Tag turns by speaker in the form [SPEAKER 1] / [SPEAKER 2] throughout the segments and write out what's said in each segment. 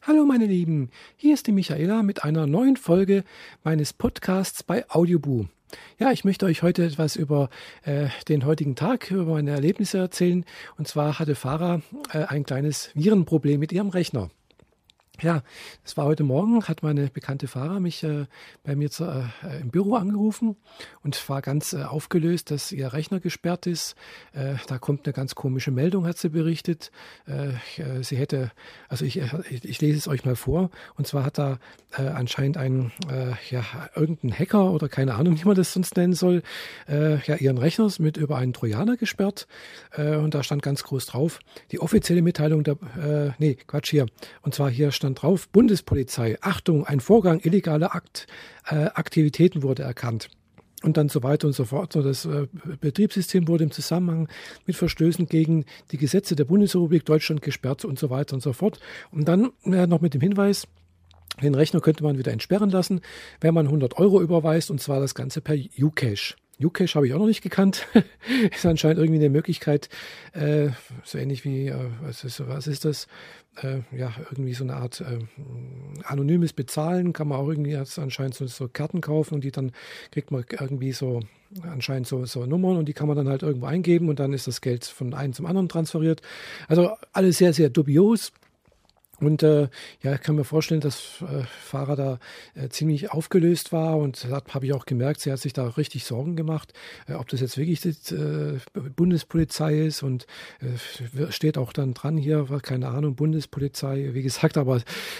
[SPEAKER 1] Hallo meine Lieben, hier ist die Michaela mit einer neuen Folge meines Podcasts bei Audioboo. Ja, ich möchte euch heute etwas über den heutigen Tag, über meine Erlebnisse erzählen. Und zwar hatte Farah ein kleines Virenproblem mit ihrem Rechner. Ja, es war heute Morgen, hat meine bekannte Farah mich bei mir im Büro angerufen und war ganz aufgelöst, dass ihr Rechner gesperrt ist. Da kommt eine ganz komische Meldung, hat sie berichtet. Sie hätte, also ich lese es euch mal vor, und zwar hat da anscheinend irgendein Hacker oder keine Ahnung, wie man das sonst nennen soll, ihren Rechner mit über einen Trojaner gesperrt. Und da stand ganz groß drauf, die offizielle Mitteilung und zwar hier stand drauf, Bundespolizei, Achtung, ein Vorgang illegaler Aktivitäten wurde erkannt. Und dann so weiter und so fort. So, das Betriebssystem wurde im Zusammenhang mit Verstößen gegen die Gesetze der Bundesrepublik Deutschland gesperrt und so weiter und so fort. Und dann noch mit dem Hinweis, den Rechner könnte man wieder entsperren lassen, wenn man 100 € überweist, und zwar das Ganze per Ucash. Ucash habe ich auch noch nicht gekannt. Ist anscheinend irgendwie eine Möglichkeit, so ähnlich wie, was ist das? Irgendwie so eine Art anonymes Bezahlen. Kann man auch irgendwie jetzt anscheinend so Karten kaufen, und die dann kriegt man irgendwie so anscheinend so Nummern, und die kann man dann halt irgendwo eingeben, und dann ist das Geld von einem zum anderen transferiert. Also alles sehr, sehr dubios. Und ich kann mir vorstellen, dass Farah da ziemlich aufgelöst war, und das habe ich auch gemerkt, sie hat sich da richtig Sorgen gemacht, ob das jetzt wirklich die Bundespolizei ist, und steht auch dann dran hier, keine Ahnung, Bundespolizei, wie gesagt, aber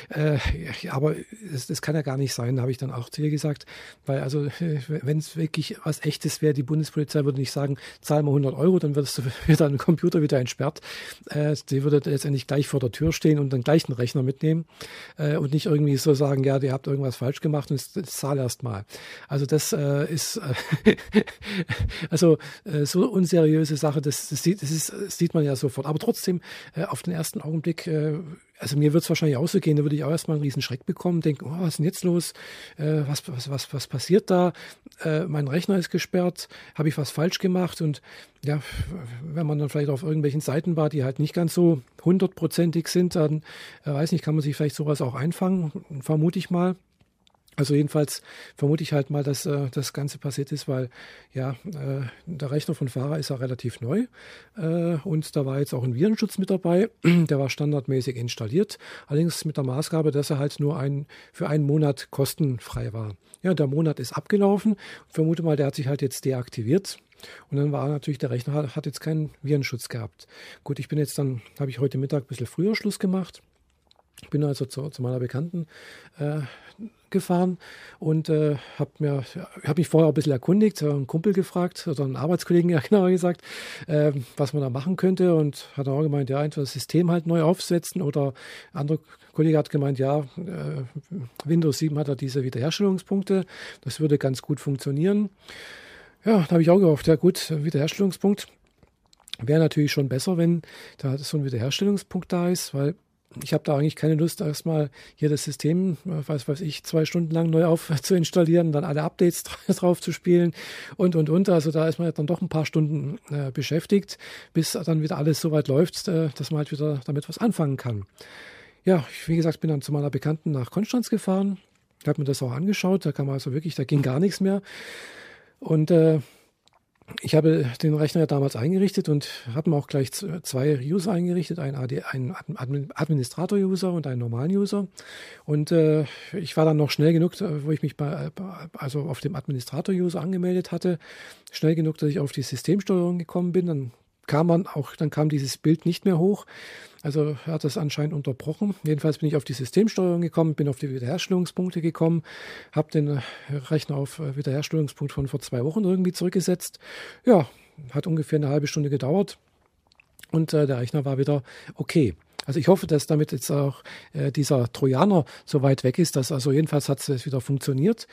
[SPEAKER 1] das kann ja gar nicht sein, habe ich dann auch zu ihr gesagt, weil also wenn es wirklich was Echtes wäre, die Bundespolizei würde nicht sagen, zahl mal 100 €, dann wird dein Computer wieder entsperrt. Die würde letztendlich gleich vor der Tür stehen und dann gleich einen Rechner mitnehmen und nicht irgendwie so sagen, ja, ihr habt irgendwas falsch gemacht und jetzt zahl erst mal. Also das ist so unseriöse Sache, das sieht man ja sofort. Aber trotzdem, auf den ersten Augenblick, also mir wird es wahrscheinlich auch so gehen, da würde ich auch erstmal einen riesen Schreck bekommen, denken, was ist denn jetzt los? Was passiert da? Mein Rechner ist gesperrt, habe ich was falsch gemacht? Und ja, wenn man dann vielleicht auf irgendwelchen Seiten war, die halt nicht ganz so 100%ig sind, dann, weiß nicht, kann man sich vielleicht sowas auch einfangen, vermute ich mal. Also jedenfalls vermute ich halt mal, dass das Ganze passiert ist, weil der Rechner von Farah ist ja relativ neu, und da war jetzt auch ein Virenschutz mit dabei, der war standardmäßig installiert, allerdings mit der Maßgabe, dass er halt nur für einen Monat kostenfrei war. Ja, der Monat ist abgelaufen, ich vermute mal, der hat sich halt jetzt deaktiviert. Und dann war natürlich, der Rechner hat jetzt keinen Virenschutz gehabt. Gut, habe ich heute Mittag ein bisschen früher Schluss gemacht. Ich bin also zu meiner Bekannten gefahren und habe mich vorher ein bisschen erkundigt, einen Kumpel gefragt, oder einen Arbeitskollegen, ja genauer gesagt, was man da machen könnte, und hat auch gemeint, ja, entweder das System halt neu aufsetzen, oder ein anderer Kollege hat gemeint, ja, Windows 7 hat ja diese Wiederherstellungspunkte, das würde ganz gut funktionieren. Ja, da habe ich auch gehofft, ja gut, Wiederherstellungspunkt wäre natürlich schon besser, wenn da so ein Wiederherstellungspunkt da ist, weil ich habe da eigentlich keine Lust, erstmal hier das System, 2 Stunden lang neu zu installieren, dann alle Updates drauf zu spielen und. Also da ist man dann doch ein paar Stunden beschäftigt, bis dann wieder alles so weit läuft, dass man halt wieder damit was anfangen kann. Ja, wie gesagt, bin dann zu meiner Bekannten nach Konstanz gefahren, habe mir das auch angeschaut, da ging gar nichts mehr. Und ich habe den Rechner ja damals eingerichtet und habe mir auch gleich 2 User eingerichtet, einen Administrator-User und einen normalen User. Und ich war dann noch schnell genug, wo ich mich auf dem Administrator-User angemeldet hatte, schnell genug, dass ich auf die Systemsteuerung gekommen bin. Dann kam dieses Bild nicht mehr hoch. Also hat das anscheinend unterbrochen. Jedenfalls bin ich auf die Systemsteuerung gekommen, bin auf die Wiederherstellungspunkte gekommen, habe den Rechner auf Wiederherstellungspunkt von vor 2 Wochen irgendwie zurückgesetzt. Ja, hat ungefähr eine halbe Stunde gedauert, und der Rechner war wieder okay. Also ich hoffe, dass damit jetzt auch dieser Trojaner so weit weg ist, dass also jedenfalls hat es wieder funktioniert.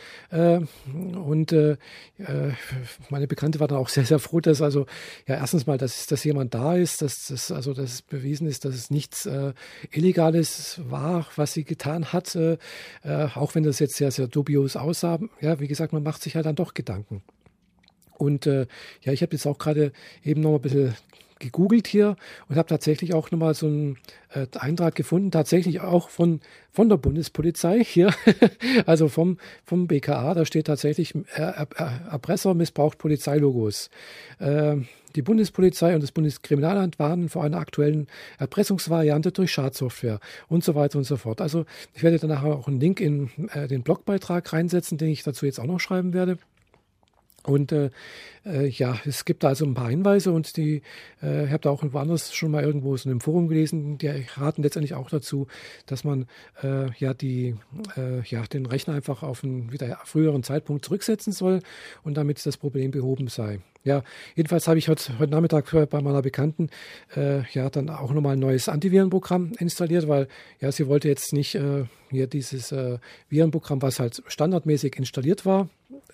[SPEAKER 1] Meine Bekannte war dann auch sehr, sehr froh, dass also ja erstens mal, dass jemand da ist, dass es bewiesen ist, dass es nichts Illegales war, was sie getan hat, auch wenn das jetzt sehr, sehr dubios aussah. Ja, wie gesagt, man macht sich halt dann doch Gedanken. Und ich habe jetzt auch gerade eben noch ein bisschen gegoogelt hier und habe tatsächlich auch nochmal so einen Eintrag gefunden, tatsächlich auch von der Bundespolizei hier, also vom BKA, da steht tatsächlich, Erpresser missbraucht Polizeilogos. Die Bundespolizei und das Bundeskriminalamt warnen vor einer aktuellen Erpressungsvariante durch Schadsoftware und so weiter und so fort. Also ich werde dann nachher auch einen Link in den Blogbeitrag reinsetzen, den ich dazu jetzt auch noch schreiben werde. Und ja, es gibt da also ein paar Hinweise und ich habe da auch woanders schon mal irgendwo so in einem Forum gelesen, die raten letztendlich auch dazu, dass man den Rechner einfach auf einen wieder früheren Zeitpunkt zurücksetzen soll und damit das Problem behoben sei. Ja, jedenfalls habe ich heute Nachmittag bei meiner Bekannten dann auch nochmal ein neues Antivirenprogramm installiert, weil ja, sie wollte jetzt nicht hier dieses Virenprogramm, was halt standardmäßig installiert war,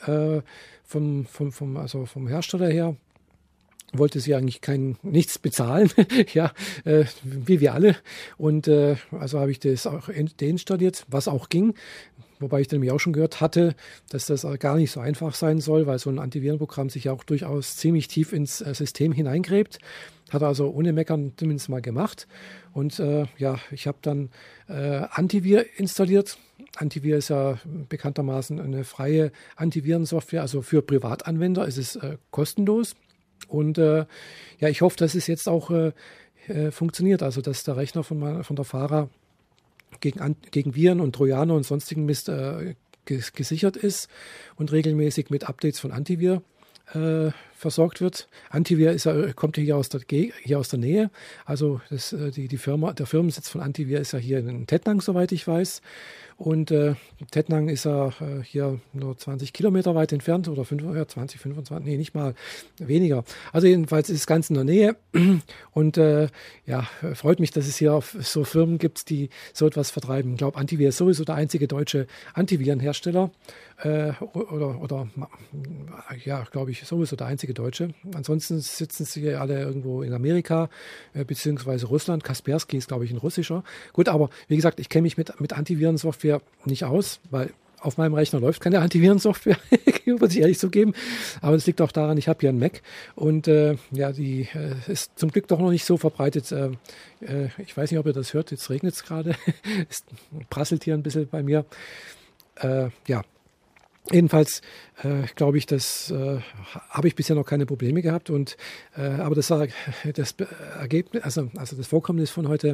[SPEAKER 1] vom Hersteller her, wollte sie eigentlich nichts bezahlen, ja, wie wir alle. Und also habe ich das auch deinstalliert, was auch ging. Wobei ich nämlich auch schon gehört hatte, dass das gar nicht so einfach sein soll, weil so ein Antivirenprogramm sich ja auch durchaus ziemlich tief ins System hineingräbt. Hat also ohne Meckern zumindest mal gemacht. Und ich habe dann Antivir installiert. Antivir ist ja bekanntermaßen eine freie Antivirensoftware, also für Privatanwender ist es kostenlos. Und ich hoffe, dass es jetzt auch funktioniert, also dass der Rechner von der Fahrer gegen Viren und Trojaner und sonstigen Mist gesichert ist und regelmäßig mit Updates von Antivir versorgt wird. Antivir kommt hier aus der Nähe. Also der Firmensitz von Antivir ist ja hier in Tettnang, soweit ich weiß. Und Tettnang ist ja hier nur 20 Kilometer weit entfernt oder 20, 25, nee, nicht mal weniger. Also jedenfalls ist es ganz in der Nähe. Und freut mich, dass es hier so Firmen gibt, die so etwas vertreiben. Ich glaube, Antivir ist sowieso der einzige deutsche Antivirenhersteller. Glaube ich, sowieso der einzige Deutsche. Ansonsten sitzen sie alle irgendwo in Amerika, beziehungsweise Russland. Kaspersky ist, glaube ich, ein russischer. Gut, aber wie gesagt, ich kenne mich mit Antivirensoftware nicht aus, weil auf meinem Rechner läuft keine Antivirensoftware, muss ich ehrlich zugeben. Aber das liegt auch daran, ich habe hier einen Mac und die ist zum Glück doch noch nicht so verbreitet. Ich weiß nicht, ob ihr das hört, jetzt regnet es gerade. Es prasselt hier ein bisschen bei mir. Jedenfalls glaube ich, das habe ich bisher noch keine Probleme gehabt. Aber das Ergebnis, also das Vorkommnis von heute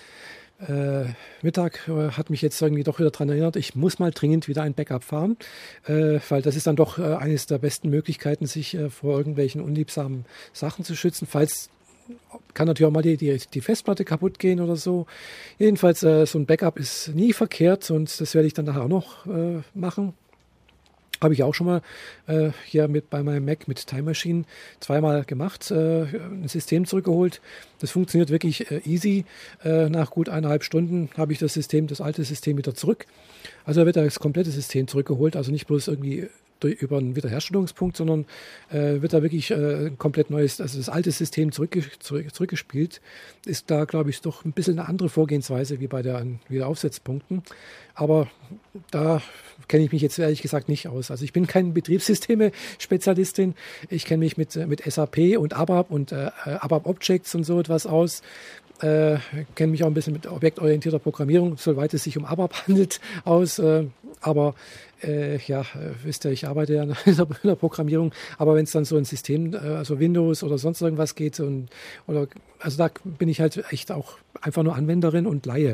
[SPEAKER 1] Mittag hat mich jetzt irgendwie doch wieder daran erinnert, ich muss mal dringend wieder ein Backup fahren, weil das ist dann doch eines der besten Möglichkeiten, sich vor irgendwelchen unliebsamen Sachen zu schützen. Kann natürlich auch mal die Festplatte kaputt gehen oder so. Jedenfalls, so ein Backup ist nie verkehrt und das werde ich dann nachher auch noch machen. Habe ich auch schon mal hier bei meinem Mac mit Time Machine zweimal gemacht, ein System zurückgeholt. Das funktioniert wirklich easy. Nach gut 1,5 Stunden habe ich das alte System wieder zurück. Also da wird das komplette System zurückgeholt, also nicht bloß irgendwie über einen Wiederherstellungspunkt, sondern wird da wirklich komplett neues, also das alte System zurückgespielt. Ist da, glaube ich, doch ein bisschen eine andere Vorgehensweise wie bei den Wiederaufsetzpunkten. Aber da kenne ich mich jetzt ehrlich gesagt nicht aus. Also ich bin kein Betriebssysteme-Spezialistin. Ich kenne mich mit SAP und ABAP und ABAP Objects und so etwas aus. Kenne mich auch ein bisschen mit objektorientierter Programmierung, soweit es sich um ABAP handelt, aus. Aber wisst ihr, ich arbeite ja in der Programmierung. Aber wenn es dann so ein System, also Windows oder sonst irgendwas geht, also da bin ich halt echt auch einfach nur Anwenderin und Laie.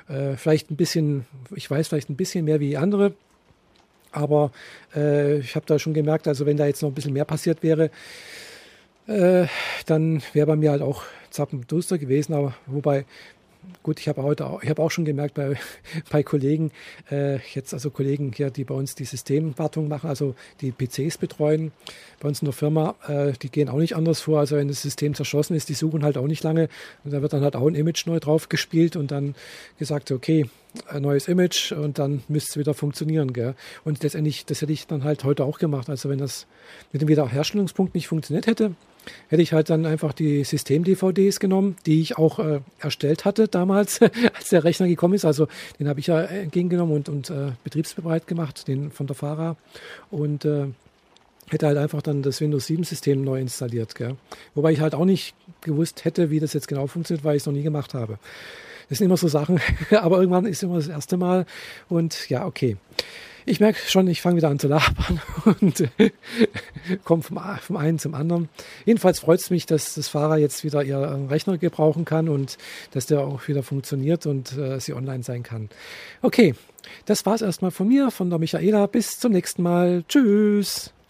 [SPEAKER 1] Ich weiß vielleicht ein bisschen mehr wie andere. Aber ich habe da schon gemerkt, also wenn da jetzt noch ein bisschen mehr passiert wäre, dann wäre bei mir halt auch zappenduster gewesen. Aber wobei, gut, ich habe auch schon gemerkt bei Kollegen, Kollegen hier, die bei uns die Systemwartung machen, also die PCs betreuen, bei uns in der Firma, die gehen auch nicht anders vor. Also wenn das System zerschossen ist, die suchen halt auch nicht lange. Und da wird dann halt auch ein Image neu drauf gespielt und dann gesagt, okay, ein neues Image und dann müsste es wieder funktionieren. Gell? Und letztendlich, das hätte ich dann halt heute auch gemacht. Also wenn das mit dem Wiederherstellungspunkt nicht funktioniert hätte, hätte ich halt dann einfach die System-DVDs genommen, die ich auch erstellt hatte damals, als der Rechner gekommen ist. Also den habe ich ja entgegengenommen und betriebsbereit gemacht, den von der Fahrer. Und hätte halt einfach dann das Windows 7 System neu installiert. Gell? Wobei ich halt auch nicht gewusst hätte, wie das jetzt genau funktioniert, weil ich es noch nie gemacht habe. Das sind immer so Sachen, aber irgendwann ist immer das erste Mal und ja, okay. Ich merke schon, ich fange wieder an zu labern und komme vom einen zum anderen. Jedenfalls freut es mich, dass das Fahrer jetzt wieder ihren Rechner gebrauchen kann und dass der auch wieder funktioniert und sie online sein kann. Okay, das war es erstmal von mir, von der Michaela. Bis zum nächsten Mal. Tschüss.